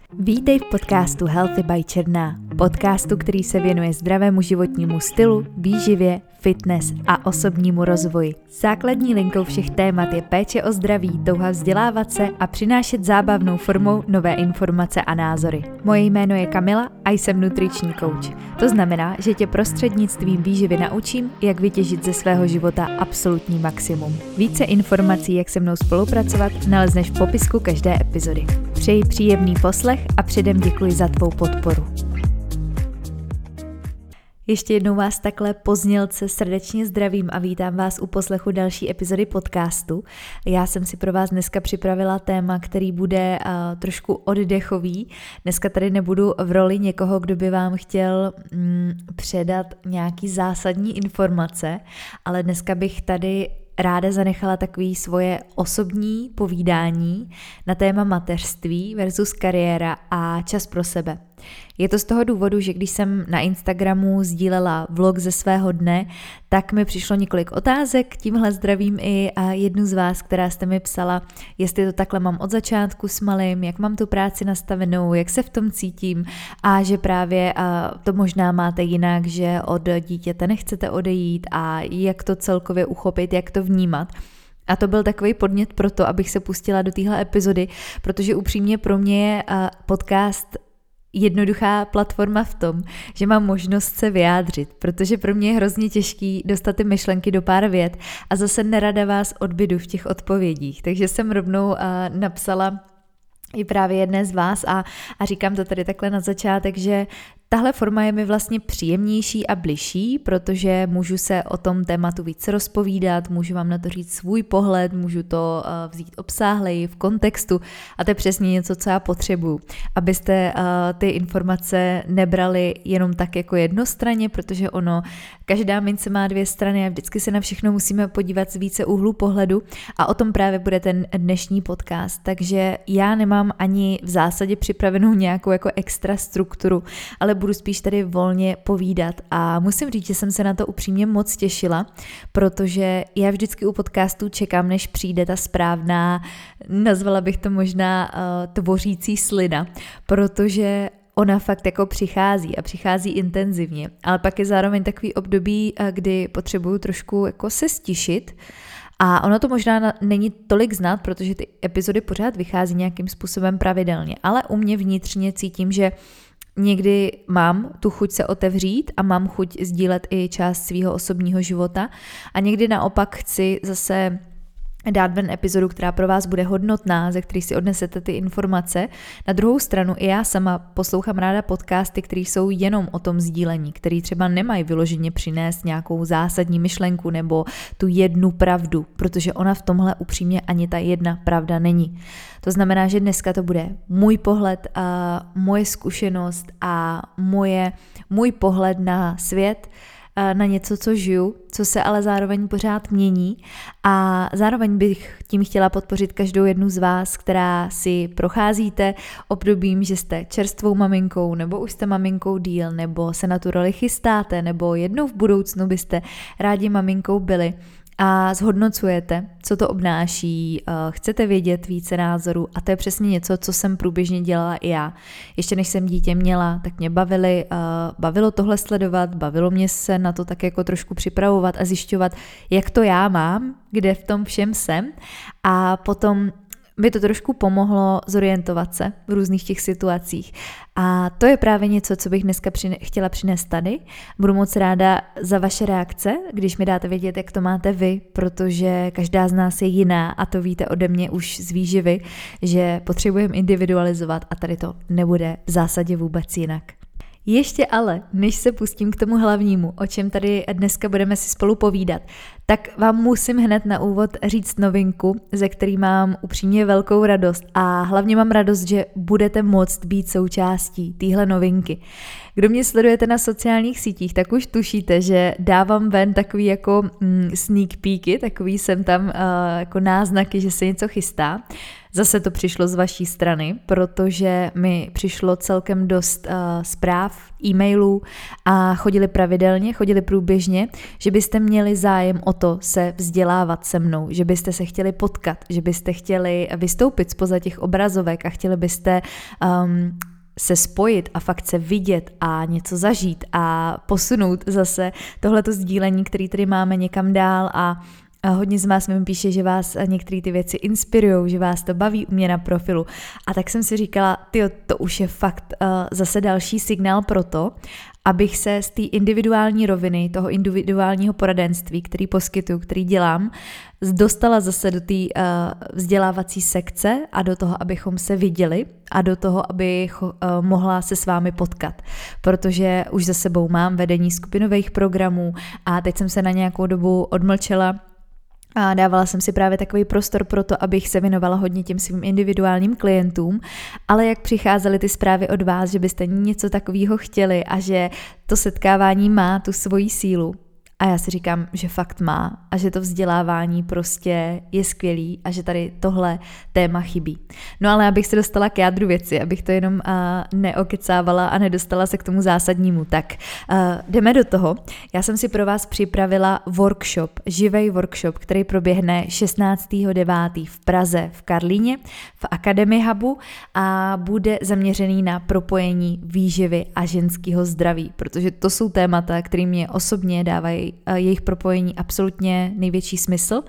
Vítej v podcastu Healthy by Černá, podcastu, který se věnuje zdravému životnímu stylu, výživě, fitness a osobnímu rozvoji. Základní linkou všech témat je péče o zdraví, touha vzdělávat se a přinášet zábavnou formou nové informace a názory. Moje jméno je Kamila a jsem nutriční coach. To znamená, že tě prostřednictvím výživy naučím, jak vytěžit ze svého života absolutní maximum. Více informací, jak se mnou spolupracovat, nalezneš v popisku každé epizody. Přeji příjemný poslech a předem děkuji za tvou podporu. Ještě jednou vás takhle poznělce srdečně zdravím a vítám vás u poslechu další epizody podcastu. Já jsem si pro vás dneska připravila téma, který bude trošku oddechový. Dneska tady nebudu v roli někoho, kdo by vám chtěl předat nějaký zásadní informace, ale dneska bych tady ráda zanechala takový svoje osobní povídání na téma mateřství versus kariéra a čas pro sebe. Je to z toho důvodu, že když jsem na Instagramu sdílela vlog ze svého dne, tak mi přišlo několik otázek, tímhle zdravím i jednu z vás, která jste mi psala, jestli to takhle mám od začátku s malým, jak mám tu práci nastavenou, jak se v tom cítím a že právě to možná máte jinak, že od dítěte nechcete odejít a jak to celkově uchopit, jak to vnímat. A to byl takový podnět pro to, abych se pustila do téhle epizody, protože upřímně pro mě je podcast jednoduchá platforma v tom, že mám možnost se vyjádřit, protože pro mě je hrozně těžký dostat ty myšlenky do pár vět a zase nerada vás odbydu v těch odpovědích. Takže jsem rovnou napsala i právě jedné z vás a říkám to tady takhle na začátek, že tahle forma je mi vlastně příjemnější a bližší, protože můžu se o tom tématu víc rozpovídat, můžu vám na to říct svůj pohled, můžu to vzít obsáhleji v kontextu a to je přesně něco, co já potřebuju. Abyste ty informace nebrali jenom tak jako jednostranně, protože každá mince má dvě strany a vždycky se na všechno musíme podívat z více úhlů pohledu a o tom právě bude ten dnešní podcast. Takže já nemám ani v zásadě připravenou nějakou jako extra strukturu, ale budu spíš tady volně povídat a musím říct, že jsem se na to upřímně moc těšila, protože já vždycky u podcastu čekám, než přijde ta správná, nazvala bych to možná tvořící slina, protože ona fakt jako přichází a přichází intenzivně, ale pak je zároveň takový období, kdy potřebuju trošku jako se stišit. A ono to možná není tolik znát, protože ty epizody pořád vychází nějakým způsobem pravidelně, ale u mě vnitřně cítím, že někdy mám tu chuť se otevřít a mám chuť sdílet i část svého osobního života a někdy naopak chci zase dát ven epizodu, která pro vás bude hodnotná, ze který si odnesete ty informace. Na druhou stranu i já sama poslouchám ráda podcasty, které jsou jenom o tom sdílení, který třeba nemají vyloženě přinést nějakou zásadní myšlenku nebo tu jednu pravdu, protože ona v tomhle upřímně ani ta jedna pravda není. To znamená, že dneska to bude můj pohled, moje zkušenost a můj pohled na svět, na něco, co žiju, co se ale zároveň pořád mění a zároveň bych tím chtěla podpořit každou jednu z vás, která si procházíte obdobím, že jste čerstvou maminkou nebo už jste maminkou díl, nebo se na tu roli chystáte, nebo jednou v budoucnu byste rádi maminkou byli a zhodnocujete, co to obnáší, chcete vědět více názorů a to je přesně něco, co jsem průběžně dělala i já. Ještě než jsem dítě měla, tak mě bavilo tohle sledovat, bavilo mě se na to tak jako trošku připravovat a zjišťovat, jak to já mám, kde v tom všem jsem a potom by to trošku pomohlo zorientovat se v různých těch situacích. A to je právě něco, co bych dneska chtěla přinést tady. Budu moc ráda za vaše reakce, když mi dáte vědět, jak to máte vy, protože každá z nás je jiná a to víte ode mě už z výživy, že potřebujeme individualizovat a tady to nebude v zásadě vůbec jinak. Ještě ale, než se pustím k tomu hlavnímu, o čem tady dneska budeme si spolu povídat, tak vám musím hned na úvod říct novinku, ze který mám upřímně velkou radost a hlavně mám radost, že budete moct být součástí téhle novinky. Kdo mě sledujete na sociálních sítích, tak už tušíte, že dávám ven takový jako sneak peeky, takový jsem tam jako náznaky, že se něco chystá. zase to přišlo z vaší strany, protože mi přišlo celkem dost zpráv, e-mailů a chodili průběžně, že byste měli zájem o to se vzdělávat se mnou, že byste se chtěli potkat, že byste chtěli vystoupit zpoza těch obrazovek a chtěli byste se spojit a fakt se vidět a něco zažít a posunout zase tohleto sdílení, který tady máme, někam dál a hodně z vás mi píše, že vás některé ty věci inspirujou, že vás to baví u mě na profilu. A tak jsem si říkala, to už je fakt zase další signál pro to, abych se z té individuální roviny, toho individuálního poradenství, který poskytuju, který dělám, dostala zase do té vzdělávací sekce a do toho, abychom se viděli a do toho, abych mohla se s vámi potkat. Protože už za sebou mám vedení skupinových programů a teď jsem se na nějakou dobu odmlčela a dávala jsem si právě takový prostor pro to, abych se věnovala hodně těm svým individuálním klientům, ale jak přicházely ty zprávy od vás, že byste něco takového chtěli a že to setkávání má tu svoji sílu. A já si říkám, že fakt má a že to vzdělávání prostě je skvělý a že tady tohle téma chybí. No ale abych se dostala k jádru věci, abych to jenom neokecávala a nedostala se k tomu zásadnímu, tak jdeme do toho. Já jsem si pro vás připravila workshop, živej workshop, který proběhne 16.9. v Praze v Karlíně, v Academy Hubu a bude zaměřený na propojení výživy a ženského zdraví, protože to jsou témata, které mě osobně dávají jejich propojení absolutně největší smysl.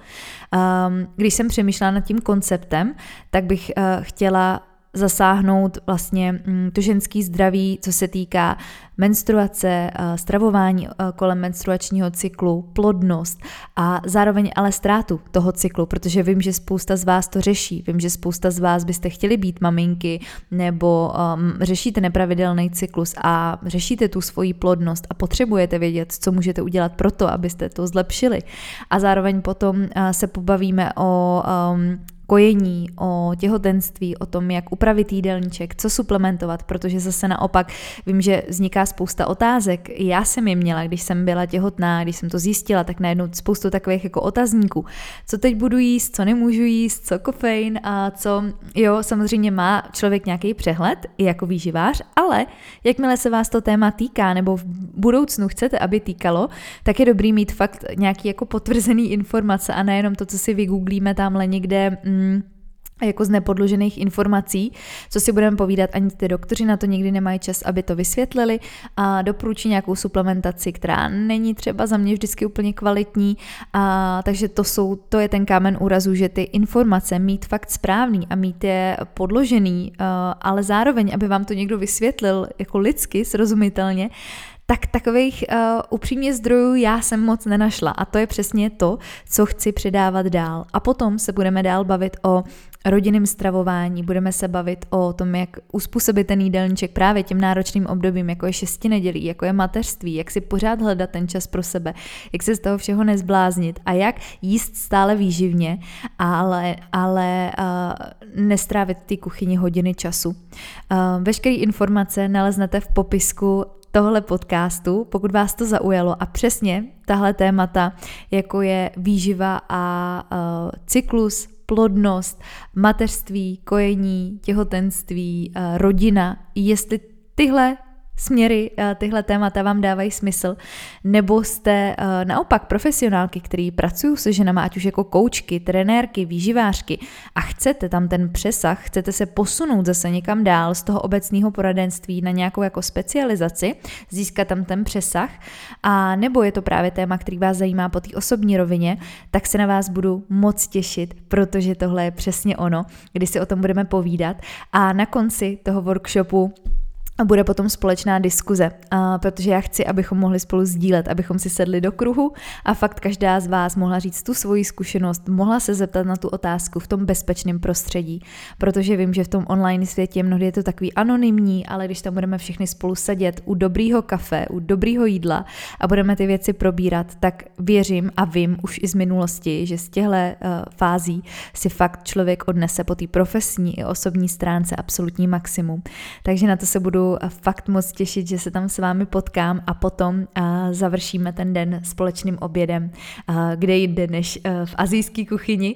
Když jsem přemýšlela nad tím konceptem, tak bych chtěla zasáhnout vlastně to ženské zdraví, co se týká menstruace, stravování kolem menstruačního cyklu, plodnost a zároveň ale ztrátu toho cyklu, protože vím, že spousta z vás to řeší, vím, že spousta z vás byste chtěli být maminky nebo řešíte nepravidelný cyklus a řešíte tu svoji plodnost a potřebujete vědět, co můžete udělat pro to, abyste to zlepšili. A zároveň potom se pobavíme o kojení, o těhotenství, o tom, jak upravit jídelníček, co suplementovat, protože zase naopak vím, že vzniká spousta otázek. Já jsem je měla, když jsem byla těhotná, když jsem to zjistila, tak najednou spoustu takových jako otazníků. Co teď budu jíst, co nemůžu jíst, co kofein a co, samozřejmě má člověk nějaký přehled, i jako výživář, ale jakmile se vás to téma týká, nebo v budoucnu chcete, aby týkalo, tak je dobrý mít fakt nějaký jako potvrzený informace a nejenom to, co si vygooglíme tamhle někde jako z nepodložených informací, co si budeme povídat, ani ty doktoři na to nikdy nemají čas, aby to vysvětlili a doporučí nějakou suplementaci, která není třeba za mě vždycky úplně kvalitní, takže to je ten kámen úrazu, že ty informace mít fakt správný a mít je podložený, ale zároveň, aby vám to někdo vysvětlil jako lidsky, srozumitelně, tak takových upřímně zdrojů já jsem moc nenašla a to je přesně to, co chci předávat dál. A potom se budeme dál bavit o rodinném stravování, budeme se bavit o tom, jak uspůsobit ten jídelníček právě těm náročným obdobím, jako je 6 nedělí, jako je mateřství, jak si pořád hledat ten čas pro sebe, jak se z toho všeho nezbláznit a jak jíst stále výživně, ale nestrávit v té kuchyni hodiny času. Veškeré informace naleznete v popisku tohle podcastu, pokud vás to zaujalo a přesně tahle témata, jako je výživa a cyklus, plodnost, mateřství, kojení, těhotenství, rodina, jestli tyhle směry, tyhle témata vám dávají smysl, nebo jste naopak profesionálky, který pracují se ženama, ať už jako koučky, trenérky, výživářky a chcete tam ten přesah, chcete se posunout zase někam dál z toho obecného poradenství na nějakou jako specializaci, získat tam ten přesah, a nebo je to právě téma, který vás zajímá po té osobní rovině, tak se na vás budu moc těšit, protože tohle je přesně ono, kdy si o tom budeme povídat a na konci toho workshopu bude potom společná diskuze, protože já chci, abychom mohli spolu sdílet, abychom si sedli do kruhu a fakt každá z vás mohla říct tu svoji zkušenost, mohla se zeptat na tu otázku v tom bezpečném prostředí, protože vím, že v tom online světě mnohdy je to takový anonymní, ale když tam budeme všichni spolu sedět u dobrýho kafe, u dobrýho jídla a budeme ty věci probírat, tak věřím a vím už i z minulosti, že z těchto fází si fakt člověk odnese po té profesní i osobní stránce absolutní maximum. Takže na to se budu budu fakt moc těšit, že se tam s vámi potkám a potom završíme ten den společným obědem, kde jde než v asijské kuchyni.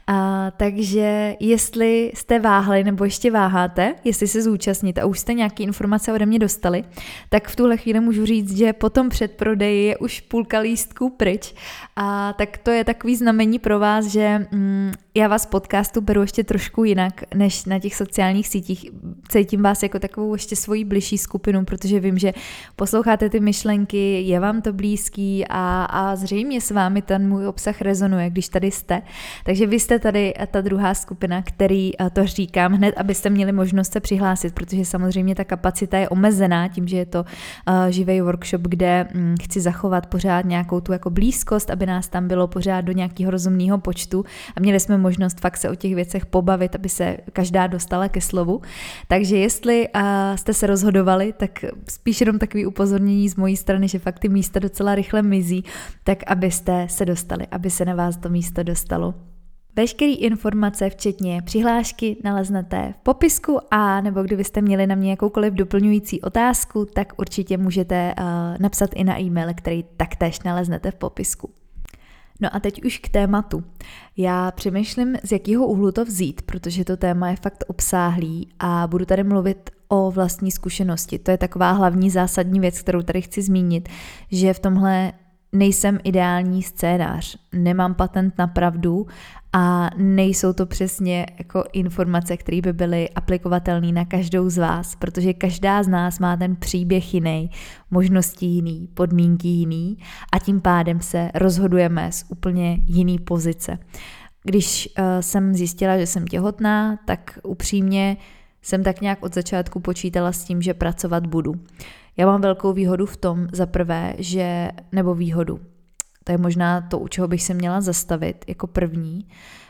Takže jestli jste váhali nebo ještě váháte, jestli se zúčastnit a už jste nějaké informace ode mě dostali, tak v tuhle chvíli můžu říct, že po tom předprodeji je už půlka lístků pryč. A tak to je takový znamení pro vás, že já vás podcastu beru ještě trošku jinak než na těch sociálních sítích. Cítím vás jako takovou ještě svoji bližší skupinu, protože vím, že posloucháte ty myšlenky, je vám to blízký a zřejmě s vámi ten můj obsah rezonuje, když tady jste. Takže vy jste tady ta druhá skupina, který to říkám hned, abyste měli možnost se přihlásit, protože samozřejmě ta kapacita je omezená tím, že je to živý workshop, kde chci zachovat pořád nějakou tu jako blízkost, aby nás tam bylo pořád do nějakého rozumného počtu a měli jsme možnost fakt se o těch věcech pobavit, aby se každá dostala ke slovu. Takže jestli jste se rozhodovali, tak spíš jenom takový upozornění z mojí strany, že fakt ty místa docela rychle mizí, tak abyste se dostali, aby se na vás to místo dostalo. Veškeré informace, včetně přihlášky, naleznete v popisku a nebo kdybyste měli na mě jakoukoliv doplňující otázku, tak určitě můžete napsat i na e-mail, který taktéž naleznete v popisku. No a teď už k tématu. Já přemýšlím, z jakého úhlu to vzít, protože to téma je fakt obsáhlý a budu tady mluvit o vlastní zkušenosti. To je taková hlavní zásadní věc, kterou tady chci zmínit, že v tomhle nejsem ideální scénář, nemám patent na pravdu a nejsou to přesně jako informace, které by byly aplikovatelné na každou z vás, protože každá z nás má ten příběh jiný, možnosti jiný, podmínky jiný a tím pádem se rozhodujeme z úplně jiný pozice. Když jsem zjistila, že jsem těhotná, tak upřímně jsem tak nějak od začátku počítala s tím, že pracovat budu. Já mám velkou výhodu v tom, za prvé, nebo výhodu, to je možná to, u čeho bych se měla zastavit jako první,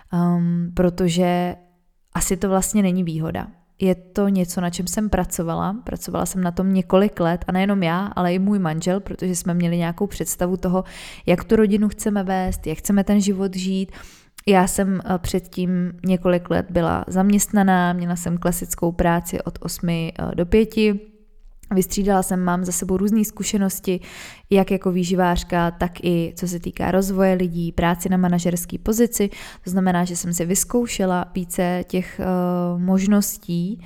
protože asi to vlastně není výhoda. Je to něco, na čem jsem pracovala jsem na tom několik let a nejenom já, ale i můj manžel, protože jsme měli nějakou představu toho, jak tu rodinu chceme vést, jak chceme ten život žít. Já jsem předtím několik let byla zaměstnaná, měla jsem klasickou práci od 8 do 5, vystřídala jsem, mám za sebou různé zkušenosti, jak jako výživářka, tak i co se týká rozvoje lidí, práci na manažerské pozici. To znamená, že jsem si vyzkoušela více těch možností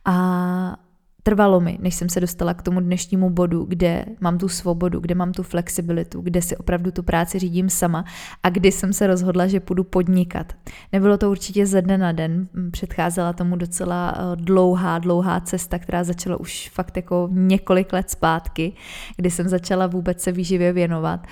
a trvalo mi, než jsem se dostala k tomu dnešnímu bodu, kde mám tu svobodu, kde mám tu flexibilitu, kde si opravdu tu práci řídím sama a kdy jsem se rozhodla, že půjdu podnikat. Nebylo to určitě ze dne na den, předcházela tomu docela dlouhá cesta, která začala už fakt jako několik let zpátky, kdy jsem začala vůbec se výživě věnovat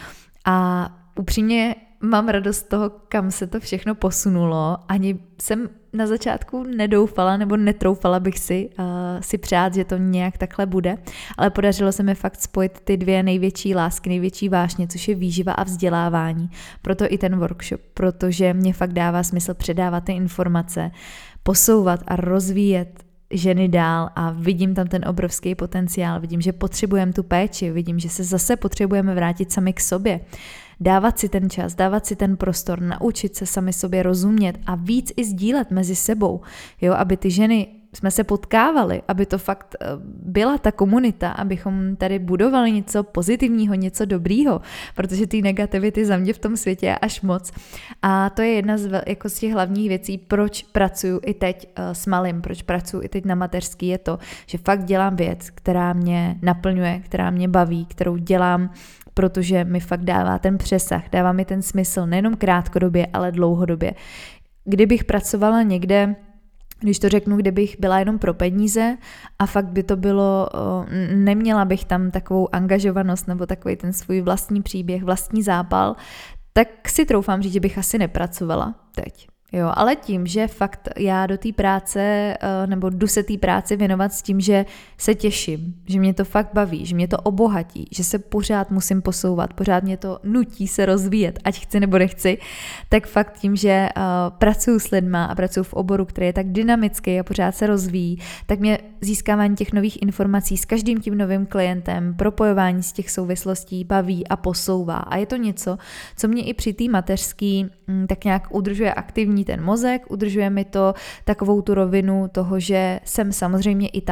a upřímně mám radost z toho, kam se to všechno posunulo. Ani jsem na začátku nedoufala nebo netroufala bych si přát, že to nějak takhle bude, ale podařilo se mi fakt spojit ty dvě největší lásky, největší vášně, což je výživa a vzdělávání. Proto i ten workshop, protože mě fakt dává smysl předávat ty informace, posouvat a rozvíjet ženy dál a vidím tam ten obrovský potenciál, vidím, že potřebujeme tu péči, vidím, že se zase potřebujeme vrátit sami k sobě. Dávat si ten čas, dávat si ten prostor, naučit se sami sobě rozumět a víc i sdílet mezi sebou, jo, aby ty ženy jsme se potkávali, aby to fakt byla ta komunita, abychom tady budovali něco pozitivního, něco dobrýho, protože ty negativity za mě v tom světě je až moc. A to je jedna z těch hlavních věcí, proč pracuji i teď s malým, proč pracuji i teď na mateřský, je to, že fakt dělám věc, která mě naplňuje, která mě baví, kterou dělám, protože mi fakt dává ten přesah, dává mi ten smysl nejenom krátkodobě, ale dlouhodobě. Kdybych pracovala někde, když to řeknu, kde bych byla jenom pro peníze a fakt by to bylo, neměla bych tam takovou angažovanost nebo takový ten svůj vlastní příběh, vlastní zápal, tak si troufám říct, že bych asi nepracovala teď. Jo, ale tím, že fakt já do té práce nebo jdu se té práci věnovat s tím, že se těším, že mě to fakt baví, že mě to obohatí, že se pořád musím posouvat, pořád mě to nutí se rozvíjet, ať chci nebo nechci, tak fakt tím, že pracuji s lidma a pracuji v oboru, který je tak dynamický a pořád se rozvíjí, tak mě získávání těch nových informací s každým tím novým klientem, propojování z těch souvislostí baví a posouvá. A je to něco, co mě i při té mateřský tak nějak udržuje aktivní, mi ten mozek, udržuje mi to takovou tu rovinu toho, že jsem samozřejmě i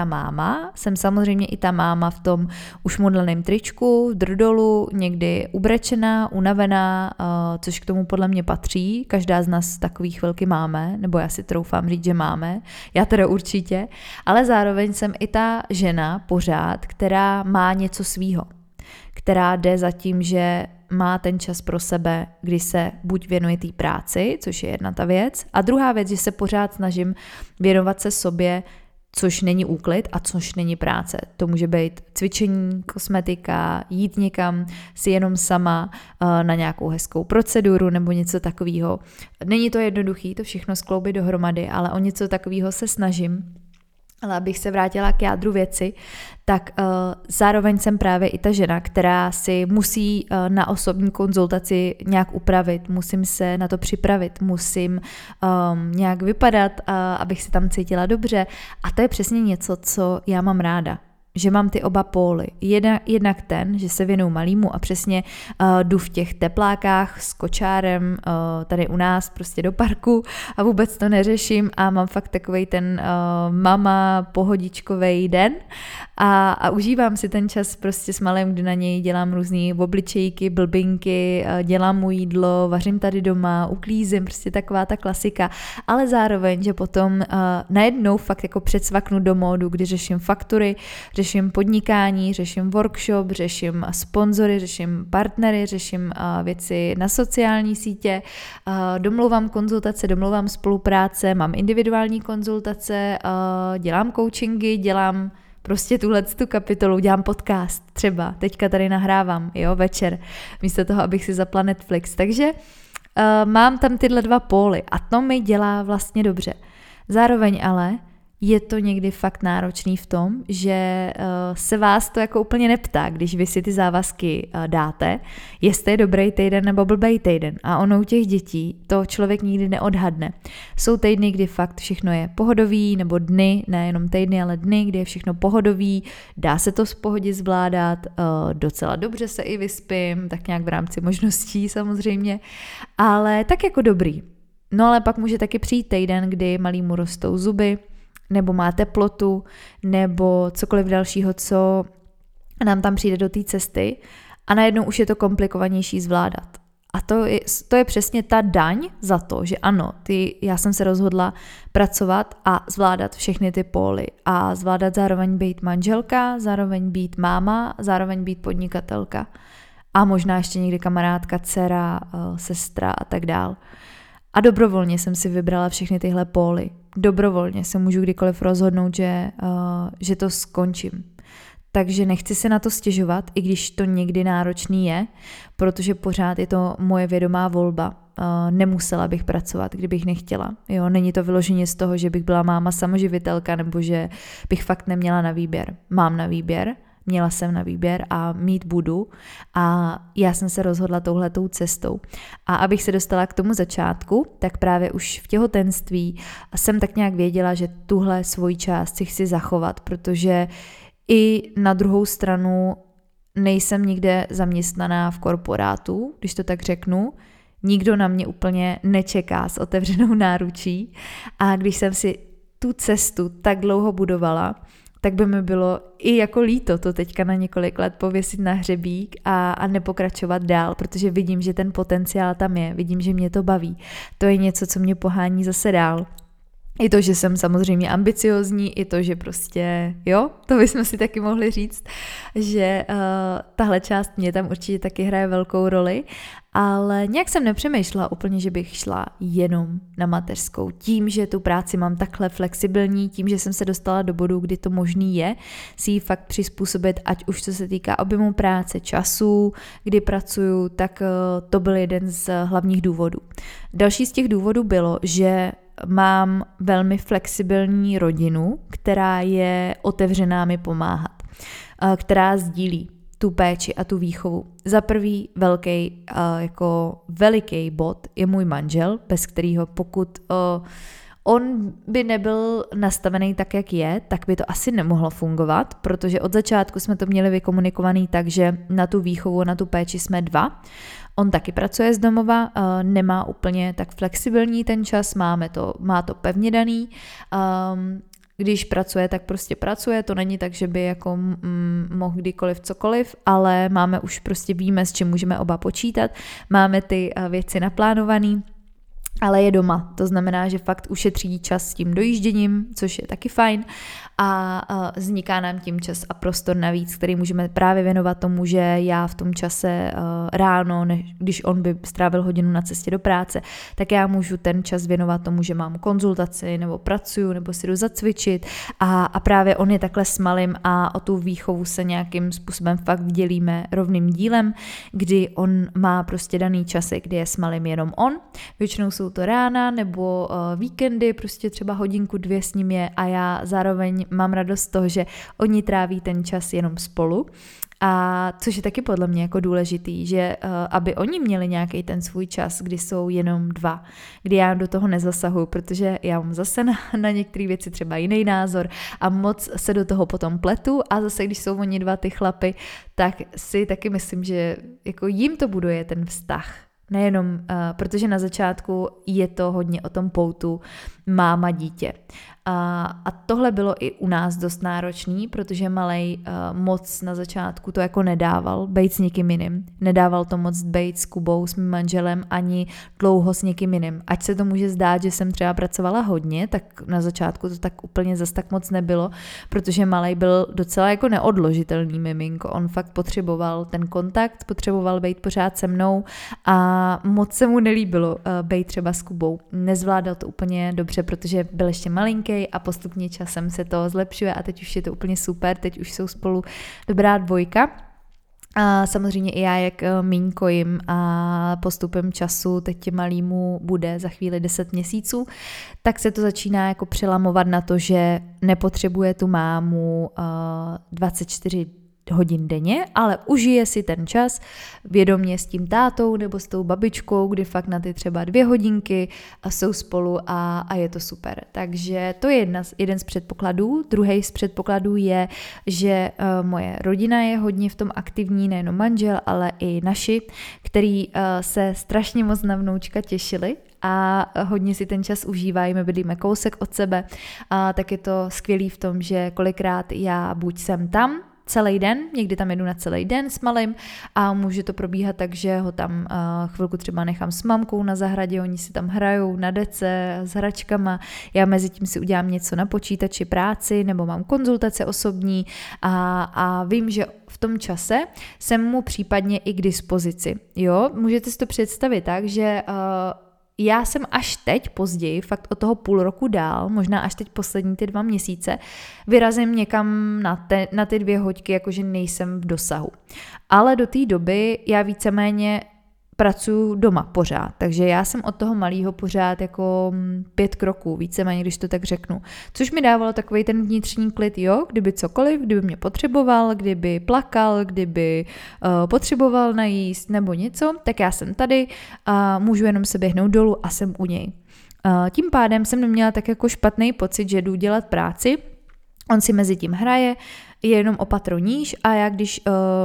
ta máma v tom už modleném tričku, v drdolu, někdy ubrečená, unavená, což k tomu podle mě patří. Každá z nás takový chvilky máme, nebo já si troufám říct, že máme, já teda určitě, ale zároveň jsem i ta žena pořád, která má něco svýho, která jde za tím, že má ten čas pro sebe, kdy se buď věnuje té práci, což je jedna ta věc, a druhá věc, že se pořád snažím věnovat se sobě, což není úklid a což není práce. To může být cvičení, kosmetika, jít někam si jenom sama na nějakou hezkou proceduru nebo něco takového. Není to jednoduchý to všechno skloubit dohromady, ale o něco takového se snažím. Ale abych se vrátila k jádru věci, tak zároveň jsem právě i ta žena, která si musí na osobní konzultaci nějak upravit, musím se na to připravit, musím nějak vypadat, abych se tam cítila dobře. A to je přesně něco, co já mám ráda. Že mám ty oba póly. Jednak ten, že se věnuju malýmu a přesně jdu v těch teplákách s kočárem tady u nás prostě do parku a vůbec to neřeším a mám fakt takovej ten mama pohodičkovej den a užívám si ten čas prostě s malým, kdy na něj dělám různý obličejky, blbinky, dělám mu jídlo, vařím tady doma, uklízím, prostě taková ta klasika, ale zároveň, že potom najednou fakt jako předsvaknu do módu, kdy řeším faktury, řeším podnikání, řeším workshop, řeším sponzory, řeším partnery, řeším věci na sociální sítě, domlouvám konzultace, domlouvám spolupráce, mám individuální konzultace, dělám coachingy, dělám prostě tu kapitolu, dělám podcast třeba, teďka tady nahrávám, večer, místo toho, abych si zapla Netflix, takže mám tam tyhle dva póly a to mi dělá vlastně dobře. Zároveň ale je to někdy fakt náročný v tom, že se vás to jako úplně neptá, když vy si ty závazky dáte, jestli je dobrý týden nebo blbej týden. A ono u těch dětí to člověk nikdy neodhadne. Jsou týdny, kdy fakt všechno je pohodový, nebo dny, nejenom týdny, ale dny, kdy je všechno pohodový, dá se to v pohodě zvládat, docela dobře se i vyspím, tak nějak v rámci možností samozřejmě, ale tak jako dobrý. No ale pak může taky přijít týden, kdy malýmu rostou zuby, nebo má teplotu, nebo cokoliv dalšího, co nám tam přijde do té cesty a najednou už je to komplikovanější zvládat. A to je přesně ta daň za to, že ano, já jsem se rozhodla pracovat a zvládat všechny ty póly a zvládat zároveň být manželka, zároveň být máma, zároveň být podnikatelka a možná ještě někdy kamarádka, dcera, sestra a tak dál. A dobrovolně jsem si vybrala všechny tyhle póly. Dobrovolně se můžu kdykoliv rozhodnout, že to skončím. Takže nechci se na to stěžovat, i když to někdy náročný je, protože pořád je to moje vědomá volba. Nemusela bych pracovat, kdybych nechtěla. Není to vyloženě z toho, že bych byla máma samoživitelka nebo že bych fakt neměla na výběr. Mám na výběr, měla jsem na výběr a mít budu a já jsem se rozhodla touhletou cestou. A abych se dostala k tomu začátku, tak právě už v těhotenství jsem tak nějak věděla, že tuhle svoji část si chci zachovat, protože i na druhou stranu nejsem nikde zaměstnaná v korporátu, když to tak řeknu, nikdo na mě úplně nečeká s otevřenou náručí a když jsem si tu cestu tak dlouho budovala, tak by mi bylo i jako líto to teďka na několik let pověsit na hřebík a nepokračovat dál, protože vidím, že ten potenciál tam je, vidím, že mě to baví. To je něco, co mě pohání zase dál. I to, že jsem samozřejmě ambiciozní, i to, že prostě, to bychom si taky mohli říct, že tahle část mě tam určitě taky hraje velkou roli, ale nějak jsem nepřemýšlela úplně, že bych šla jenom na mateřskou. Tím, že tu práci mám takhle flexibilní, tím, že jsem se dostala do bodu, kdy to možný je, si ji fakt přizpůsobit, ať už co se týká objemu práce, času, kdy pracuju, tak to byl jeden z hlavních důvodů. Další z těch důvodů bylo, že mám velmi flexibilní rodinu, která je otevřená mi pomáhat, která sdílí tu péči a tu výchovu. Za prvý veliký bod je můj manžel, bez kterého pokud On by nebyl nastavený tak, jak je, tak by to asi nemohlo fungovat, protože od začátku jsme to měli vykomunikovaný tak, že na tu výchovu, na tu péči jsme 2. On taky pracuje z domova, nemá úplně tak flexibilní ten čas, má to pevně daný. Když pracuje, tak prostě pracuje, to není tak, že by jako mohl kdykoliv cokoliv, ale víme, s čím můžeme oba počítat, máme ty věci naplánovaný, ale je doma, to znamená, že fakt ušetří čas s tím dojížděním, což je taky fajn a vzniká nám tím čas a prostor navíc, který můžeme právě věnovat tomu, že já v tom čase ráno, když on by strávil hodinu na cestě do práce, tak já můžu ten čas věnovat tomu, že mám konzultaci nebo pracuju nebo si jdu zacvičit a právě on je takhle s malým a o tu výchovu se nějakým způsobem fakt dělíme rovným dílem, kdy on má prostě daný časy, kdy je s malým jenom on, většinou jsou to rána nebo víkendy, prostě třeba hodinku 2 s ním je a já zároveň mám radost z toho, že oni tráví ten čas jenom spolu. A což je taky podle mě jako důležitý, že aby oni měli nějaký ten svůj čas, kdy jsou jenom 2, kdy já do toho nezasahuju, protože já mám zase na některé věci třeba jiný názor a moc se do toho potom pletu a zase když jsou oni 2 ty chlapy, tak si taky myslím, že jako jim to buduje ten vztah. Nejenom, protože na začátku je to hodně o tom poutu máma dítě. A tohle bylo i u nás dost náročný, protože malej moc na začátku to jako nedával, bejt s někým jiným. Nedával to moc bejt s Kubou, s mým manželem, ani dlouho s někým jiným. Ať se to může zdát, že jsem třeba pracovala hodně, tak na začátku to tak úplně zas tak moc nebylo, protože malej byl docela jako neodložitelný miminko. On fakt potřeboval ten kontakt, potřeboval bejt pořád se mnou a moc se mu nelíbilo bejt třeba s Kubou. Nezvládal to úplně dobře, protože byl ještě malinký a postupně časem se to zlepšuje a teď už je to úplně super, teď už jsou spolu dobrá dvojka. A samozřejmě i já, jak míň kojím a postupem času, teď malýmu bude za chvíli 10 měsíců, tak se to začíná jako přelamovat na to, že nepotřebuje tu mámu 24 hodin denně, ale užije si ten čas vědomě s tím tátou nebo s tou babičkou, kdy fakt na ty třeba 2 hodinky a jsou spolu a je to super. Takže to je jeden z předpokladů. Druhý z předpokladů je, že moje rodina je hodně v tom aktivní, nejenom manžel, ale i naši, který se strašně moc na vnoučka těšili a hodně si ten čas užívají, my bydlíme kousek od sebe, tak je to skvělý v tom, že kolikrát já buď jsem tam celý den, někdy tam jedu na celý den s malým a může to probíhat tak, že ho tam chvilku třeba nechám s mamkou na zahradě, oni si tam hrajou na dece s hračkama, já mezi tím si udělám něco na počítači, práci nebo mám konzultace osobní a vím, že v tom čase jsem mu případně i k dispozici. Jo, můžete si to představit tak, že já jsem až teď později, fakt od toho půl roku dál, možná až teď poslední ty 2 měsíce, vyrazím někam na ty 2 hoďky, jakože nejsem v dosahu. Ale do té doby já víceméně pracuji doma pořád, takže já jsem od toho malého pořád jako 5 kroků, víceméně, když to tak řeknu. Což mi dávalo takovej ten vnitřní klid, jo, kdyby cokoliv, kdyby mě potřeboval, kdyby plakal, kdyby potřeboval najíst nebo něco, tak já jsem tady a můžu jenom se běhnout dolů a jsem u něj. Tím pádem jsem neměla tak jako špatný pocit, že jdu dělat práci, on si mezi tím hraje, je jenom o patro níž a já když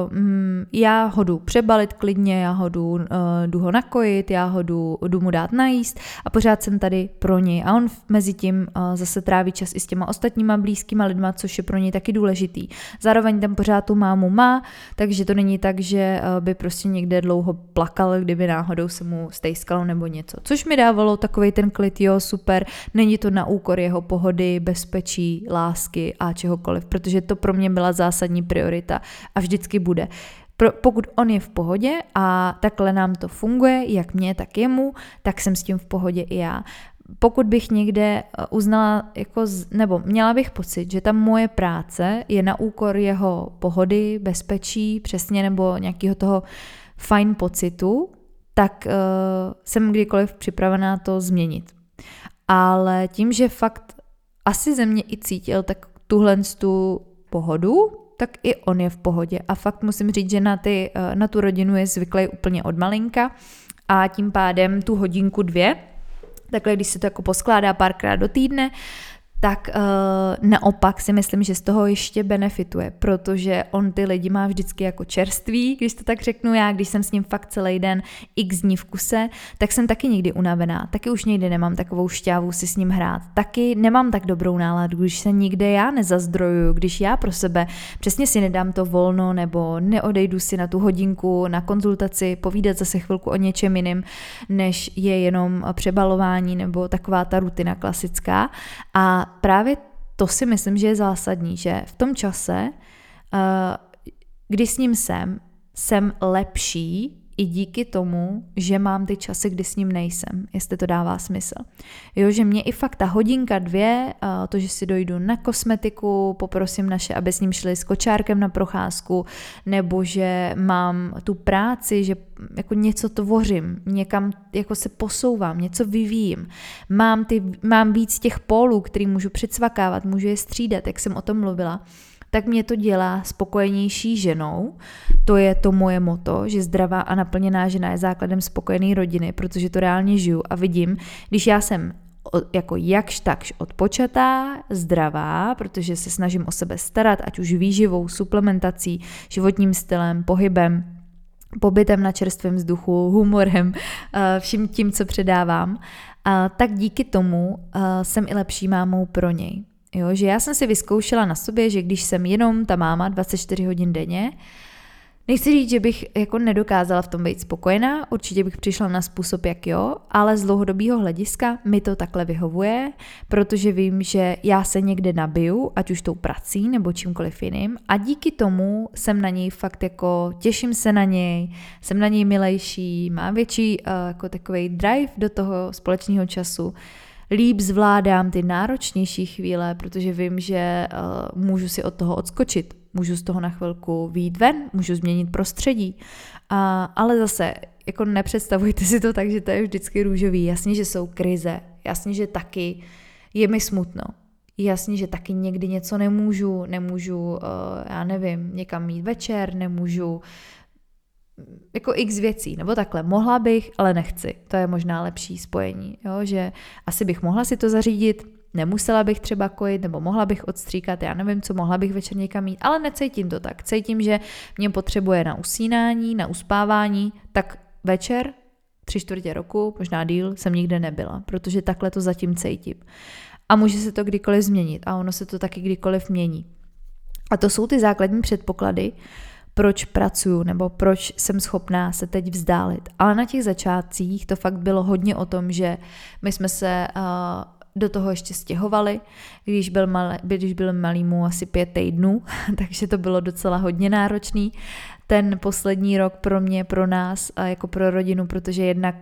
já ho jdu přebalit klidně, já ho jdu ho nakojit, já ho jdu mu dát najíst a pořád jsem tady pro něj a on mezi tím zase tráví čas i s těma ostatníma blízkýma lidma, což je pro něj taky důležitý. Zároveň tam pořád tu mámu má, takže to není tak, že by prostě někde dlouho plakal, kdyby náhodou se mu stejskalo nebo něco. Což mi dávalo takovej ten klid, jo, super, není to na úkor jeho pohody, bezpečí, lásky a čehokoliv, protože to pro mě byla zásadní priorita a vždycky bude. Pokud on je v pohodě a takhle nám to funguje, jak mě, tak jemu, tak jsem s tím v pohodě i já. Pokud bych někde uznala, nebo měla bych pocit, že ta moje práce je na úkor jeho pohody, bezpečí, přesně, nebo nějakého toho fajn pocitu, tak jsem kdykoliv připravená to změnit. Ale tím, že fakt asi ze mě i cítil tak tu pohodu, tak i on je v pohodě. A fakt musím říct, že na tu rodinu je zvyklý úplně od malinka a tím pádem tu hodinku 2 Takhle, když se to jako poskládá párkrát do týdne, tak naopak si myslím, že z toho ještě benefituje, protože on ty lidi má vždycky jako čerstvý, když to tak řeknu já, když jsem s ním fakt celý den x dní v kuse, tak jsem taky někdy unavená, taky už někdy nemám takovou šťávu si s ním hrát, taky nemám tak dobrou náladu, když se nikde já nezazdrojuju, když já pro sebe přesně si nedám to volno nebo neodejdu si na tu hodinku na konzultaci, povídat zase chvilku o něčem jiným, než je jenom přebalování nebo taková ta rutina klasická. A právě to si myslím, že je zásadní, že v tom čase, kdy s ním jsem lepší i díky tomu, že mám ty časy, kdy s ním nejsem, jestli to dává smysl. Jo, že mě i fakt ta hodinka, 2, to, že si dojdu na kosmetiku, poprosím naše, aby s ním šli s kočárkem na procházku, nebo že mám tu práci, že jako něco tvořím, někam jako se posouvám, něco vyvíjím. Mám víc těch pólů, který můžu přicvakávat, můžu je střídat, jak jsem o tom mluvila, tak mě to dělá spokojenější ženou. To je to moje motto, že zdravá a naplněná žena je základem spokojené rodiny, protože to reálně žiju a vidím, když já jsem jako jakž takž odpočatá, zdravá, protože se snažím o sebe starat, ať už výživou, suplementací, životním stylem, pohybem, pobytem na čerstvém vzduchu, humorem, vším tím, co předávám, tak díky tomu jsem i lepší mámou pro něj. Jo, že já jsem si vyzkoušela na sobě, že když jsem jenom ta máma 24 hodin denně, nechci říct, že bych jako nedokázala v tom být spokojená, určitě bych přišla na způsob, jak jo, ale z dlouhodobého hlediska mi to takhle vyhovuje, protože vím, že já se někde nabiju, ať už tou prací nebo čímkoliv jiným a díky tomu jsem na něj fakt jako, těším se na něj, jsem na něj milejší, mám větší jako takovej drive do toho společného času, líp zvládám ty náročnější chvíle, protože vím, že můžu si od toho odskočit, můžu z toho na chvilku vyjít ven, můžu změnit prostředí, ale zase jako nepředstavujte si to tak, že to je vždycky růžový. Jasně, že jsou krize, jasně, že taky je mi smutno, jasně, že taky někdy něco nemůžu, já nevím, někam jít večer, nemůžu jako x věcí, nebo takhle, mohla bych, ale nechci. To je možná lepší spojení, jo? Že asi bych mohla si to zařídit, nemusela bych třeba kojit, nebo mohla bych odstříkat, já nevím co, mohla bych večer někam jít, ale necítím to tak. Cítím, že mě potřebuje na usínání, na uspávání, tak večer, 3/4 roku, možná díl, jsem nikde nebyla, protože takhle to zatím cítím. A může se to kdykoliv změnit a ono se to taky kdykoliv mění. A to jsou ty základní předpoklady, proč pracuju nebo proč jsem schopná se teď vzdálit. Ale na těch začátcích to fakt bylo hodně o tom, že my jsme se do toho ještě stěhovali, když byl malýmu asi 5 týdnů, takže to bylo docela hodně náročný. Ten poslední rok pro mě, pro nás, jako pro rodinu, protože jednak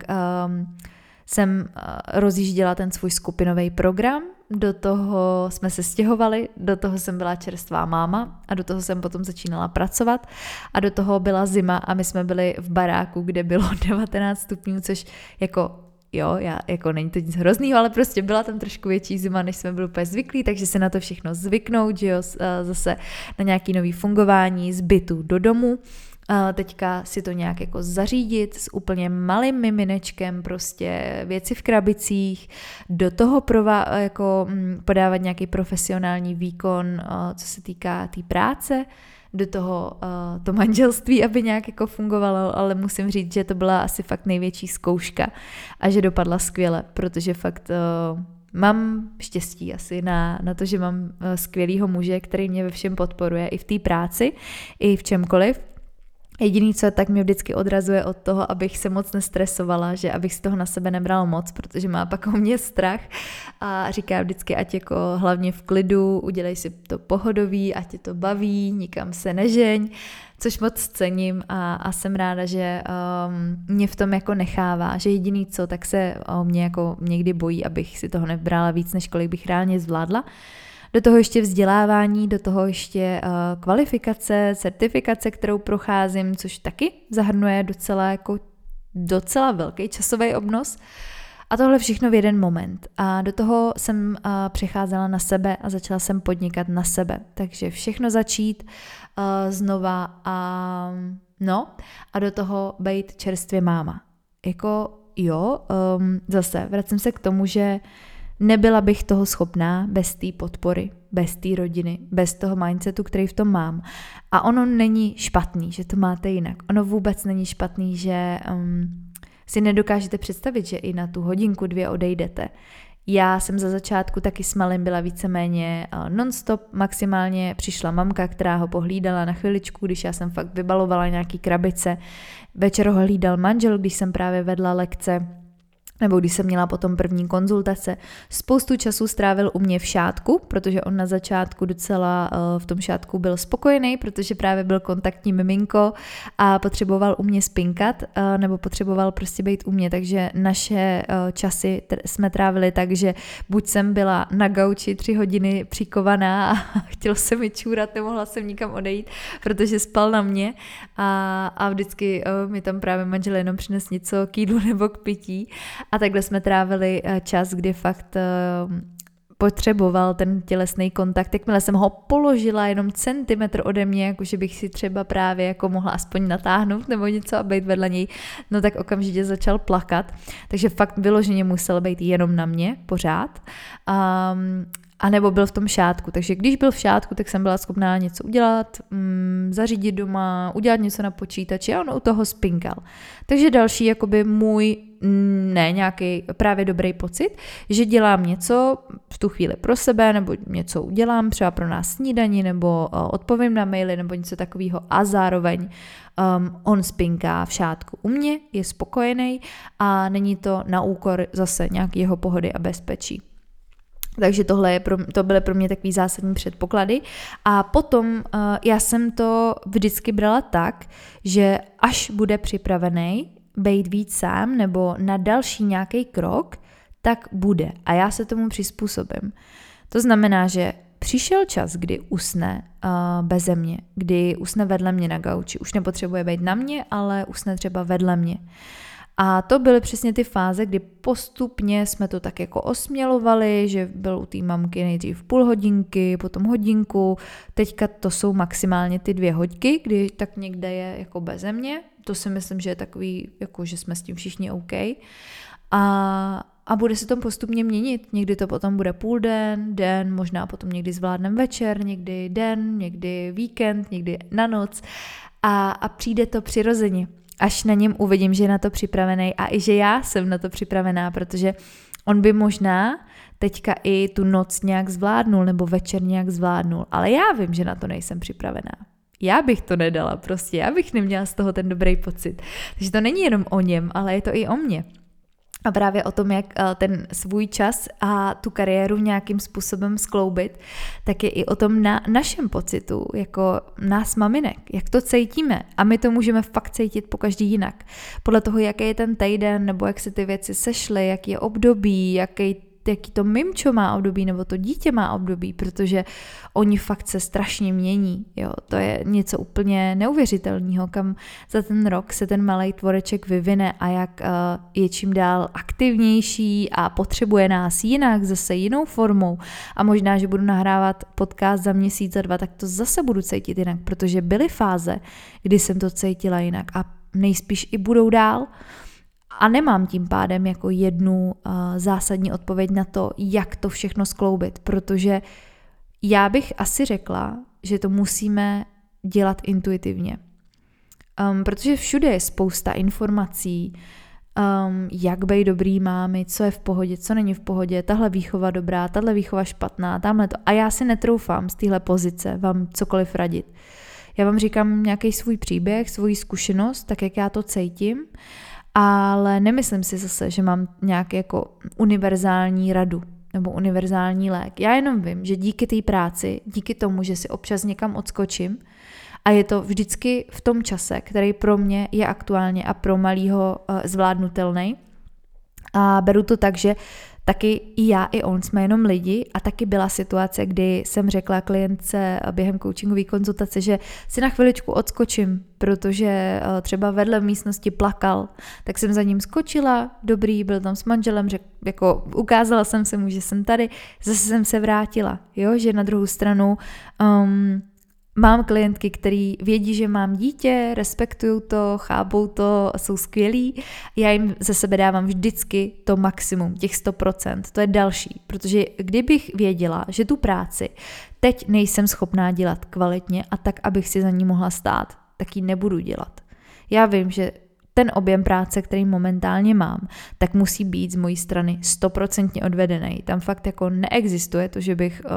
jsem rozjížděla ten svůj skupinový program, do toho jsme se stěhovali, do toho jsem byla čerstvá máma a do toho jsem potom začínala pracovat a do toho byla zima a my jsme byli v baráku, kde bylo 19 stupňů, což jako jako není to nic hroznýho, ale prostě byla tam trošku větší zima, než jsme byli úplně zvyklí, takže se na to všechno zvyknout, že jo, zase na nějaký nový fungování z bytu do domu. Teďka si to nějak jako zařídit s úplně malým miminečkem, prostě věci v krabicích, do toho podávat nějaký profesionální výkon, co se týká té práce, do toho to manželství, aby nějak jako fungovalo, ale musím říct, že to byla asi fakt největší zkouška a že dopadla skvěle, protože fakt mám štěstí asi na to, že mám skvělýho muže, který mě ve všem podporuje, i v té práci, i v čemkoliv. Jediný, co tak mě vždycky odrazuje od toho, abych se moc nestresovala, že abych si toho na sebe nebrala moc, protože má pak o mě strach a říká vždycky, ať jako hlavně v klidu, udělej si to pohodový, ať tě to baví, nikam se nežeň, což moc cením a jsem ráda, že mě v tom jako nechává, že jediný co, tak se o mě jako někdy bojí, abych si toho nebrala víc, než kolik bych reálně zvládla. Do toho ještě vzdělávání, do toho ještě kvalifikace, certifikace, kterou procházím, což taky zahrnuje docela velký časový obnos. A tohle všechno v jeden moment. A do toho jsem přecházela na sebe a začala jsem podnikat na sebe. Takže všechno začít znova a do toho být čerstvě máma. Jako jo, zase vracím se k tomu, že nebyla bych toho schopná bez té podpory, bez té rodiny, bez toho mindsetu, který v tom mám. A ono není špatný, že to máte jinak. Ono vůbec není špatný, že si nedokážete představit, že i na tu hodinku, 2 odejdete. Já jsem za začátku taky s malým byla víceméně non-stop, maximálně přišla mamka, která ho pohlídala na chviličku, když já jsem fakt vybalovala nějaký krabice. Večer ho hlídal manžel, když jsem právě vedla lekce, nebo když jsem měla potom první konzultace. Spoustu času strávil u mě v šátku, protože on na začátku docela v tom šátku byl spokojený, protože právě byl kontaktní miminko a potřeboval u mě spinkat, nebo potřeboval prostě být u mě, takže naše časy jsme trávili tak, že buď jsem byla na gauči 3 hodiny přikovaná a chtělo se mi čůrat, nemohla jsem nikam odejít, protože spal na mě a vždycky mi tam právě manžel jenom přines něco k jídlu nebo k pití. A takhle jsme trávili čas, kdy fakt potřeboval ten tělesný kontakt. Jakmile jsem ho položila jenom centimetr ode mě, jakože bych si třeba právě jako mohla aspoň natáhnout nebo něco a být vedle něj, no tak okamžitě začal plakat. Takže fakt vyloženě musel být jenom na mě pořád. A nebo byl v tom šátku. Takže když byl v šátku, tak jsem byla schopná něco udělat, zařídit doma, udělat něco na počítači a on u toho spinkal. Takže další jakoby můj, nějaký právě dobrý pocit, že dělám něco v tu chvíli pro sebe, nebo něco udělám třeba pro nás snídani, nebo odpovím na maily, nebo něco takového a zároveň on spinká v šátku u mě, je spokojený a není to na úkor zase nějaký jeho pohody a bezpečí. Takže to byly pro mě takový zásadní předpoklady a potom já jsem to vždycky brala tak, že až bude připravený být víc sám nebo na další nějaký krok, tak bude a já se tomu přizpůsobím. To znamená, že přišel čas, kdy usne beze mě, kdy usne vedle mě na gauči, už nepotřebuje být na mě, ale usne třeba vedle mě. A to byly přesně ty fáze, kdy postupně jsme to tak jako osmělovali, že byl u té mamky nejdřív půl hodinky, potom hodinku, teďka to jsou maximálně ty 2 hodiny, kdy tak někde je jako beze mě, to si myslím, že je takový, jako že jsme s tím všichni OK. A bude se to postupně měnit, někdy to potom bude půl den, možná potom někdy zvládnem večer, někdy den, někdy víkend, někdy na noc a přijde to přirozeně. Až na něm uvidím, že je na to připravený a i že já jsem na to připravená, protože on by možná teďka i tu noc nějak zvládnul nebo večer nějak zvládnul, ale já vím, že na to nejsem připravená. Já bych to nedala prostě, já bych neměla z toho ten dobrý pocit. Takže to není jenom o něm, ale je to i o mně. A právě o tom, jak ten svůj čas a tu kariéru nějakým způsobem skloubit, tak je i o tom našem pocitu, jako nás maminek, jak to cítíme. A my to můžeme fakt cítit pokaždý jinak. Podle toho, jaký je ten týden, nebo jak se ty věci sešly, jaký je období, jaký to mimčo má období, nebo to dítě má období, protože oni fakt se strašně mění. Jo? To je něco úplně neuvěřitelného, kam za ten rok se ten malej tvoreček vyvine a jak je čím dál aktivnější a potřebuje nás jinak, zase jinou formou. A možná, že budu nahrávat podcast za měsíc, za 2, tak to zase budu cítit jinak, protože byly fáze, kdy jsem to cítila jinak a nejspíš i budou dál. A nemám tím pádem jako jednu zásadní odpověď na to, jak to všechno skloubit, protože já bych asi řekla, že to musíme dělat intuitivně. Protože všude je spousta informací, jak být dobrý mámy, co je v pohodě, co není v pohodě, tahle výchova dobrá, tahle výchova špatná, tamhle to. A já si netroufám z téhle pozice vám cokoliv radit. Já vám říkám nějaký svůj příběh, svoji zkušenost, tak jak já to cítím, ale nemyslím si zase, že mám nějaký jako univerzální radu nebo univerzální lék. Já jenom vím, že díky té práci, díky tomu, že si občas někam odskočím a je to vždycky v tom čase, který pro mě je aktuálně a pro malýho zvládnutelný. A beru to tak, že taky i já, i on jsme jenom lidi a taky byla situace, kdy jsem řekla klientce během coachingové konzultace, že si na chviličku odskočím, protože třeba vedle v místnosti plakal, tak jsem za ním skočila, dobrý, byl tam s manželem, jako ukázala jsem se mu, že jsem tady, zase jsem se vrátila, jo, že na druhou stranu Mám klientky, který vědí, že mám dítě, respektují to, chápou to, jsou skvělí. Já jim ze sebe dávám vždycky to maximum, těch 100%. To je další, protože kdybych věděla, že tu práci teď nejsem schopná dělat kvalitně a tak, abych si za ní mohla stát, tak ji nebudu dělat. Já vím, že ten objem práce, který momentálně mám, tak musí být z mojí strany 100% odvedený. Tam fakt jako neexistuje to, že bych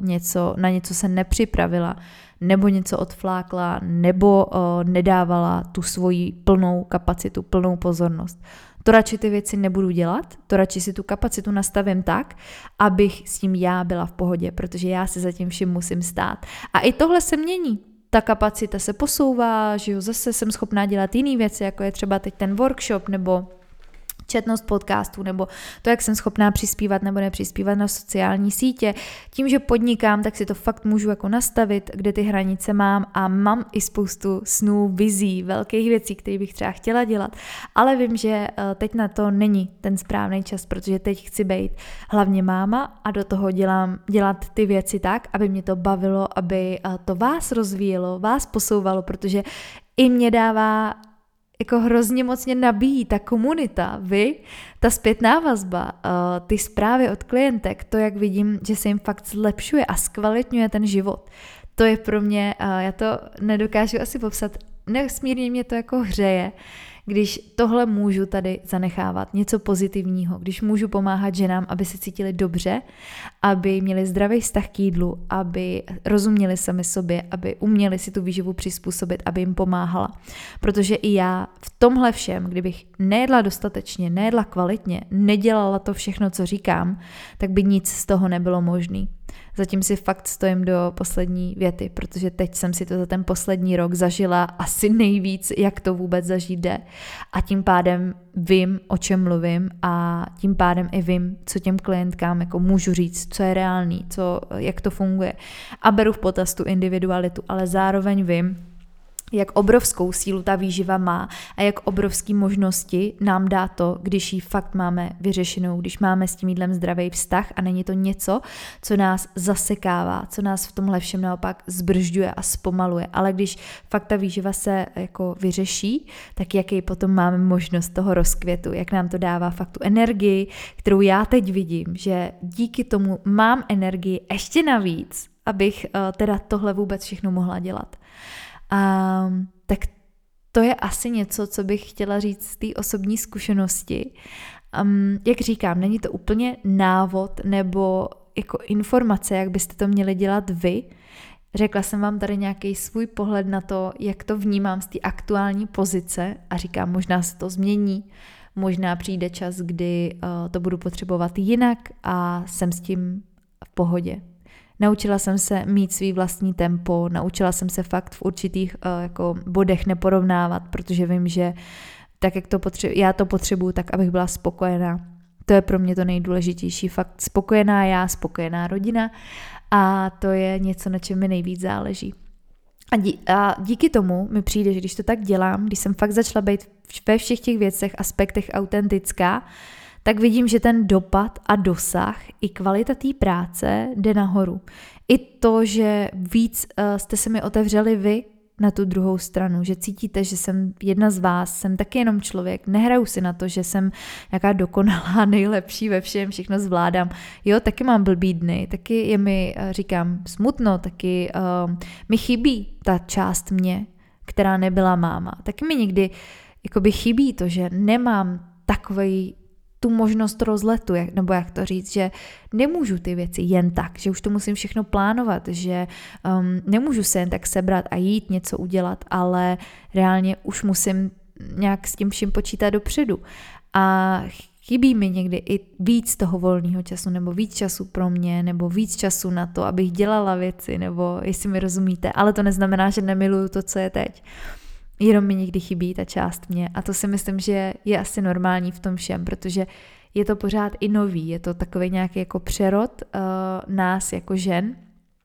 na něco se nepřipravila, nebo něco odflákla, nebo nedávala tu svoji plnou kapacitu, plnou pozornost. To radši ty věci nebudu dělat, to radši si tu kapacitu nastavím tak, abych s tím já byla v pohodě, protože já se za tím vším musím stát. A i tohle se mění. Ta kapacita se posouvá, že jo, zase jsem schopná dělat jiné věci, jako je třeba teď ten workshop, nebo četnost podcastů, nebo to, jak jsem schopná přispívat nebo nepřispívat na sociální sítě. Tím, že podnikám, tak si to fakt můžu jako nastavit, kde ty hranice mám a mám i spoustu snů, vizí, velkých věcí, které bych třeba chtěla dělat, ale vím, že teď na to není ten správný čas, protože teď chci být hlavně máma a do toho dělat ty věci tak, aby mě to bavilo, aby to vás rozvíjelo, vás posouvalo, protože i mě dává jako hrozně moc mě nabíjí ta komunita, ta zpětná vazba, ty zprávy od klientek, to, jak vidím, že se jim fakt zlepšuje a zkvalitňuje ten život. To je pro mě, já to nedokážu asi popsat, nesmírně mě to jako hřeje, když tohle můžu tady zanechávat, něco pozitivního, když můžu pomáhat ženám, aby se cítili dobře, aby měli zdravý vztah k jídlu, aby rozuměli sami sobě, aby uměli si tu výživu přizpůsobit, aby jim pomáhala. Protože i já v tomhle všem, kdybych nejedla dostatečně, nejedla kvalitně, nedělala to všechno, co říkám, tak by nic z toho nebylo možný. Zatím si fakt stojím do poslední věty, protože teď jsem si to za ten poslední rok zažila asi nejvíc, jak to vůbec zažít jde. A tím pádem vím, o čem mluvím a tím pádem i vím, co těm klientkám jako můžu říct, co je reálný, jak to funguje. A beru v potaz tu individualitu, ale zároveň vím, jak obrovskou sílu ta výživa má a jak obrovské možnosti nám dá to, když ji fakt máme vyřešenou, když máme s tím jídlem zdravý vztah a není to něco, co nás zasekává, co nás v tomhle všem naopak zbržďuje a zpomaluje. Ale když fakt ta výživa se jako vyřeší, tak jaký potom máme možnost toho rozkvětu, jak nám to dává fakt tu energii, kterou já teď vidím, že díky tomu mám energii ještě navíc, abych teda tohle vůbec všechno mohla dělat. Tak to je asi něco, co bych chtěla říct z té osobní zkušenosti. Jak říkám, není to úplně návod nebo jako informace, jak byste to měli dělat vy. Řekla jsem vám tady nějaký svůj pohled na to, jak to vnímám z té aktuální pozice a říkám, možná se to změní, možná přijde čas, kdy to budu potřebovat jinak a jsem s tím v pohodě. Naučila jsem se mít svý vlastní tempo, naučila jsem se fakt v určitých jako bodech neporovnávat, protože vím, že tak, jak já to potřebuju, tak abych byla spokojená. To je pro mě to nejdůležitější. Fakt spokojená já, spokojená rodina a to je něco, na čem mi nejvíc záleží. A díky tomu mi přijde, že když to tak dělám, když jsem fakt začala být ve všech těch věcech, aspektech autentická, tak vidím, že ten dopad a dosah i kvalita té práce jde nahoru. I to, že víc jste se mi otevřeli vy na tu druhou stranu, že cítíte, že jsem jedna z vás, jsem taky jenom člověk, nehraju si na to, že jsem nějaká dokonalá, nejlepší ve všem, všechno zvládám. Jo, taky mám blbý dny, taky je mi, říkám, smutno, taky mi chybí ta část mě, která nebyla máma. Taky mi někdy jakoby chybí to, že nemám takovej tu možnost rozletu, nebo jak to říct, že nemůžu ty věci jen tak, že už to musím všechno plánovat, že nemůžu se jen tak sebrat a jít něco udělat, ale reálně už musím nějak s tím vším počítat dopředu. A chybí mi někdy i víc toho volného času, nebo víc času pro mě, nebo víc času na to, abych dělala věci, nebo jestli mi rozumíte, ale to neznamená, že nemiluju to, co je teď. Jenom mi někdy chybí ta část mě a to si myslím, že je asi normální v tom všem, protože je to pořád i nový, je to takový nějaký jako přerod nás jako žen,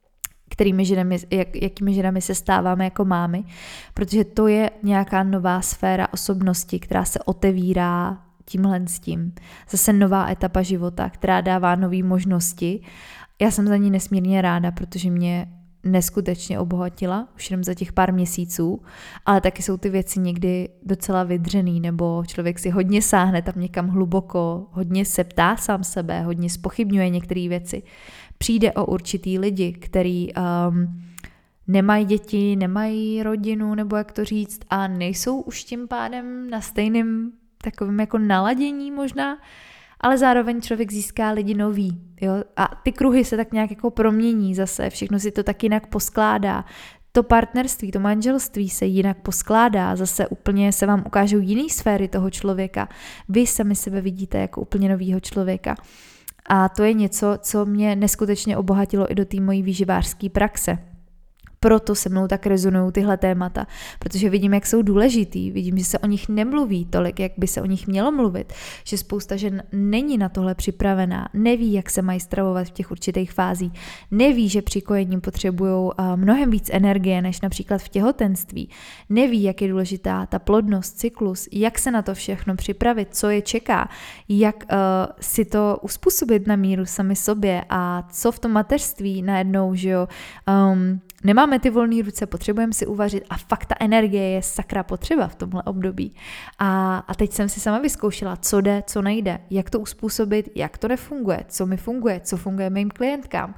jakými ženami se stáváme jako mámy, protože to je nějaká nová sféra osobnosti, která se otevírá tímhle s tím. Zase nová etapa života, která dává nové možnosti. Já jsem za ní nesmírně ráda, protože mě neskutečně obohatila, už jenom za těch pár měsíců, ale taky jsou ty věci někdy docela vydřený, nebo člověk si hodně sáhne tam někam hluboko, hodně se ptá sám sebe, hodně zpochybňuje některé věci. Přijde o určitý lidi, který nemají děti, nemají rodinu, nebo jak to říct, a nejsou už tím pádem na stejném takovém jako naladění možná, ale zároveň člověk získá lidi nový, jo? A ty kruhy se tak nějak jako promění zase, všechno si to tak jinak poskládá. To partnerství, to manželství se jinak poskládá, zase úplně se vám ukážou jiný sféry toho člověka. Vy sami sebe vidíte jako úplně novýho člověka. A to je něco, co mě neskutečně obohatilo i do té mojí výživářské praxe. Proto se mnou tak rezonují tyhle témata, protože vidím, jak jsou důležitý, vidím, že se o nich nemluví tolik, jak by se o nich mělo mluvit, že spousta žen není na tohle připravená, neví, jak se mají stravovat v těch určitých fázích, neví, že při kojení potřebují mnohem víc energie, než například v těhotenství, neví, jak je důležitá ta plodnost, cyklus, jak se na to všechno připravit, co je čeká, jak si to uspůsobit na míru sami sobě a co v tom mateřství najednou, že jo, nemáme ty volné ruce, potřebujeme si uvařit a fakt ta energie je sakra potřeba v tomhle období. A teď jsem si sama vyzkoušela, co jde, co nejde, jak to uspůsobit, jak to nefunguje, co mi funguje, co funguje mým klientkám.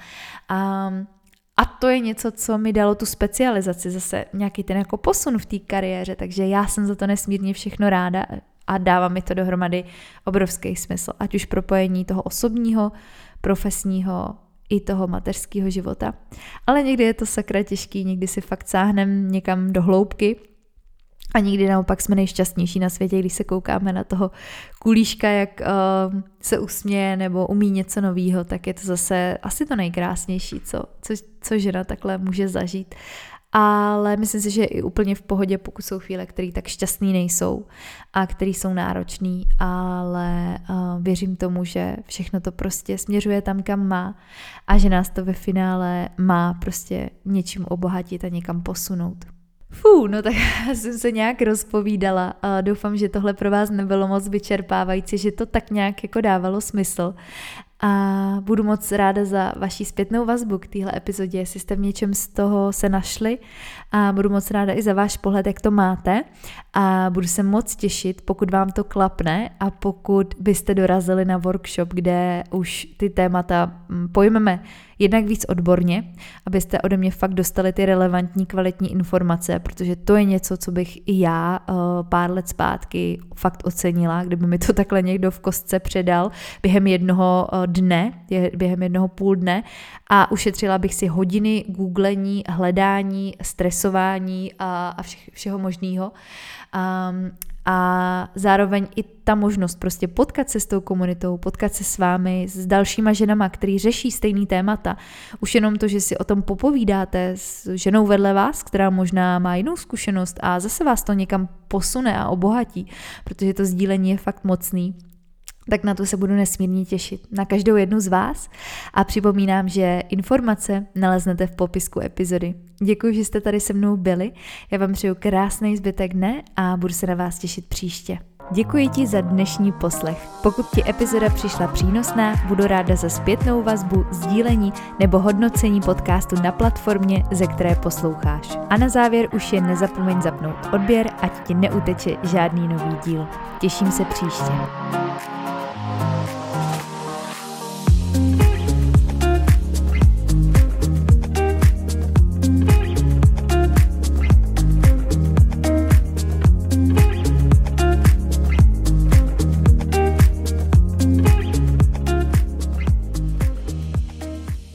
A to je něco, co mi dalo tu specializaci, zase nějaký ten jako posun v té kariéře, takže já jsem za to nesmírně všechno ráda a dává mi to dohromady obrovský smysl, ať už propojení toho osobního, profesního, i toho mateřského života. Ale někdy je to sakra těžký, někdy si fakt sáhneme někam do hloubky a někdy naopak jsme nejšťastnější na světě, když se koukáme na toho kulíška, jak se usměje nebo umí něco novýho, tak je to zase asi to nejkrásnější, co žena takhle může zažít. Ale myslím si, že je i úplně v pohodě, pokud jsou chvíle, které tak šťastný nejsou a které jsou náročný, ale věřím tomu, že všechno to prostě směřuje tam, kam má a že nás to ve finále má prostě něčím obohatit a někam posunout. No tak jsem se nějak rozpovídala a doufám, že tohle pro vás nebylo moc vyčerpávající, že to tak nějak jako dávalo smysl. A budu moc ráda za vaši zpětnou vazbu k téhle epizodě, jestli jste v něčem z toho se našli a budu moc ráda i za váš pohled, jak to máte a budu se moc těšit, pokud vám to klapne a pokud byste dorazili na workshop, kde už ty témata pojmeme jednak víc odborně, abyste ode mě fakt dostali ty relevantní, kvalitní informace, protože to je něco, co bych i já pár let zpátky fakt ocenila, kdyby mi to takhle někdo v kostce předal během jednoho dne, během jednoho půl dne a ušetřila bych si hodiny googlení, hledání, stresování a všeho možného. A zároveň i ta možnost prostě potkat se s tou komunitou, potkat se s vámi, s dalšíma ženama, který řeší stejný témata. Už jenom to, že si o tom popovídáte s ženou vedle vás, která možná má jinou zkušenost a zase vás to někam posune a obohatí, protože to sdílení je fakt mocný. Tak na to se budu nesmírně těšit. Na každou jednu z vás a připomínám, že informace naleznete v popisku epizody. Děkuji, že jste tady se mnou byli. Já vám přeju krásný zbytek dne a budu se na vás těšit příště. Děkuji ti za dnešní poslech. Pokud ti epizoda přišla přínosná, budu ráda za zpětnou vazbu, sdílení nebo hodnocení podcastu na platformě, ze které posloucháš. A na závěr už jen nezapomeň zapnout odběr, ať ti neuteče žádný nový díl. Těším se příště.